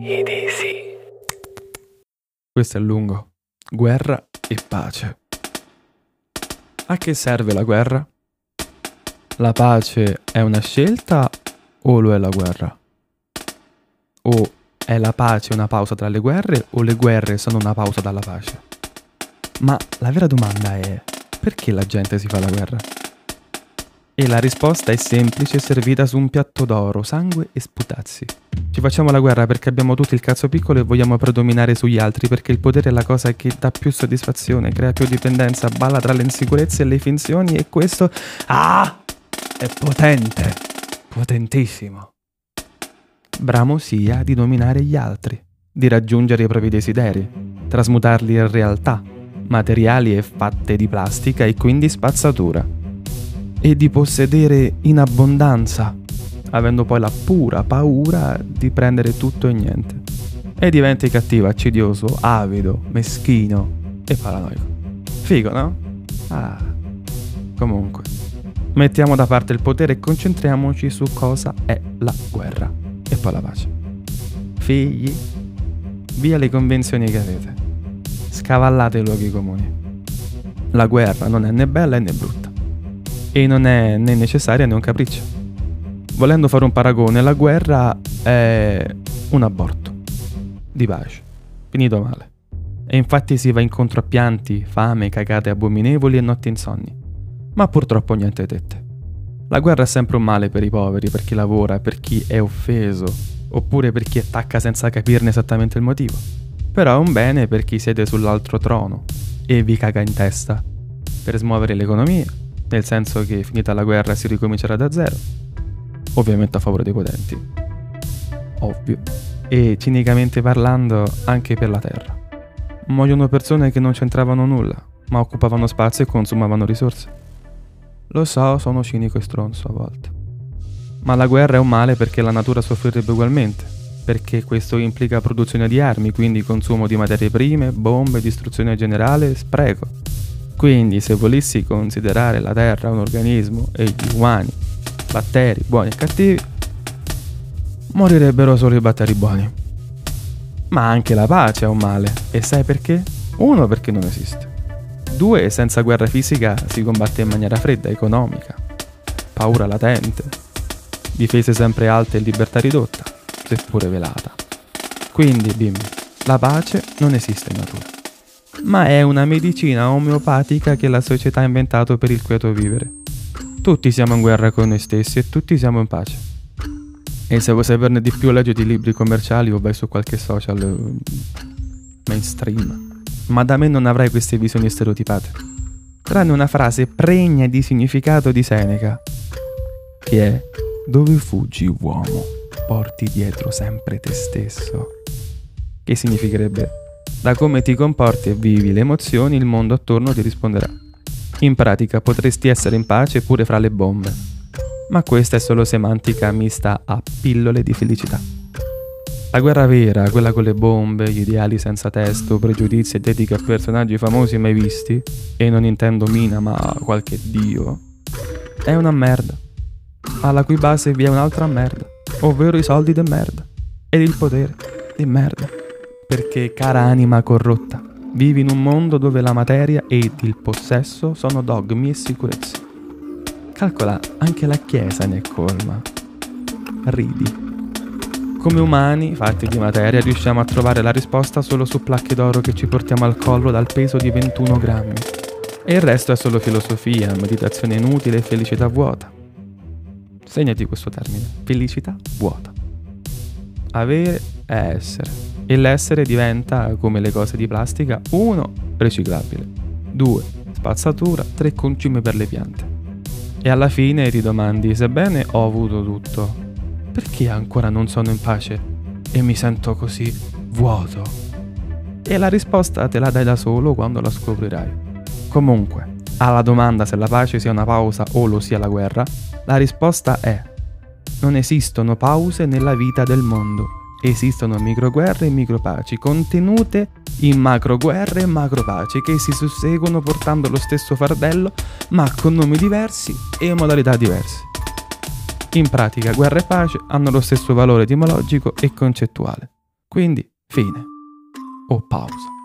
Easy. Questo è lungo. Guerra e pace. A che serve la guerra? La pace è una scelta o lo è la guerra? O è la pace una pausa tra le guerre o le guerre sono una pausa dalla pace? Ma la vera domanda è: perché la gente si fa la guerra? E la risposta è semplice, servita su un piatto d'oro, sangue e sputazzi. Ci facciamo la guerra perché abbiamo tutti il cazzo piccolo e vogliamo predominare sugli altri, perché il potere è la cosa che dà più soddisfazione, crea più dipendenza, balla tra le insicurezze e le finzioni, e questo è potente, potentissimo. Bramosia di dominare gli altri, di raggiungere i propri desideri, trasmutarli in realtà, materiali e fatte di plastica e quindi spazzatura, e di possedere in abbondanza, avendo poi la pura paura di prendere tutto e niente. E diventi cattivo, accidioso, avido, meschino e paranoico. Figo, no? Comunque, mettiamo da parte il potere e concentriamoci su cosa è la guerra e poi la pace. Figli, via le convenzioni che avete. Scavallate i luoghi comuni. La guerra non è né bella né brutta. E non è né necessaria né un capriccio. Volendo fare un paragone, la guerra è un aborto di pace, finito male. E infatti si va incontro a pianti, fame, cagate abominevoli e notti insonni. Ma purtroppo niente tette. La guerra è sempre un male per i poveri, per chi lavora, per chi è offeso, oppure per chi attacca senza capirne esattamente il motivo. Però è un bene per chi siede sull'altro trono e vi caga in testa, per smuovere l'economia, nel senso che finita la guerra si ricomincerà da zero, ovviamente a favore dei potenti, ovvio, e cinicamente parlando anche per la terra. Muoiono persone che non c'entravano nulla, ma occupavano spazio e consumavano risorse. Lo so, sono cinico e stronzo a volte, ma la guerra è un male perché la natura soffrirebbe ugualmente, perché questo implica produzione di armi, quindi consumo di materie prime, bombe, distruzione generale, spreco. Quindi se volessi considerare la Terra un organismo e gli umani batteri buoni e cattivi, morirebbero solo i batteri buoni. Ma anche la pace è un male. E sai perché? 1, perché non esiste. 2, senza guerra fisica si combatte in maniera fredda, economica. Paura latente. Difese sempre alte e libertà ridotta, seppure velata. Quindi, bimbi, la pace non esiste in natura, ma è una medicina omeopatica che la società ha inventato per il quieto vivere. Tutti siamo in guerra con noi stessi e tutti siamo in pace. E se vuoi saperne di più, leggiti libri commerciali o vai su qualche social mainstream. Ma da me non avrai queste visioni stereotipate, tranne una frase pregna di significato di Seneca, che è: dove fuggi, uomo, porti dietro sempre te stesso. Che significherebbe: da come ti comporti e vivi le emozioni, il mondo attorno ti risponderà. In pratica potresti essere in pace pure fra le bombe, ma questa è solo semantica mista a pillole di felicità. La guerra vera, quella con le bombe, gli ideali senza testo, pregiudizi e dediche a personaggi famosi mai visti, e non intendo Mina ma qualche dio, è una merda, alla cui base vi è un'altra merda, ovvero i soldi de merda ed il potere di merda. Perché, cara anima corrotta, vivi in un mondo dove la materia ed il possesso sono dogmi e sicurezze. Calcola, anche la Chiesa ne è colma. Ridi. Come umani, fatti di materia, riusciamo a trovare la risposta solo su placche d'oro che ci portiamo al collo dal peso di 21 grammi. E il resto è solo filosofia, meditazione inutile e felicità vuota. Segnati questo termine: felicità vuota. Avere è essere. E l'essere diventa, come le cose di plastica: 1, riciclabile, 2, spazzatura, 3, concime per le piante. E alla fine ti domandi: sebbene ho avuto tutto, perché ancora non sono in pace e mi sento così vuoto? E la risposta te la dai da solo quando la scoprirai. Comunque, alla domanda se la pace sia una pausa o lo sia la guerra, la risposta è: non esistono pause nella vita del mondo. Esistono microguerre e micropaci, contenute in macroguerre e macropaci, che si susseguono portando lo stesso fardello, ma con nomi diversi e modalità diverse. In pratica, guerra e pace hanno lo stesso valore etimologico e concettuale. Quindi, fine o pausa.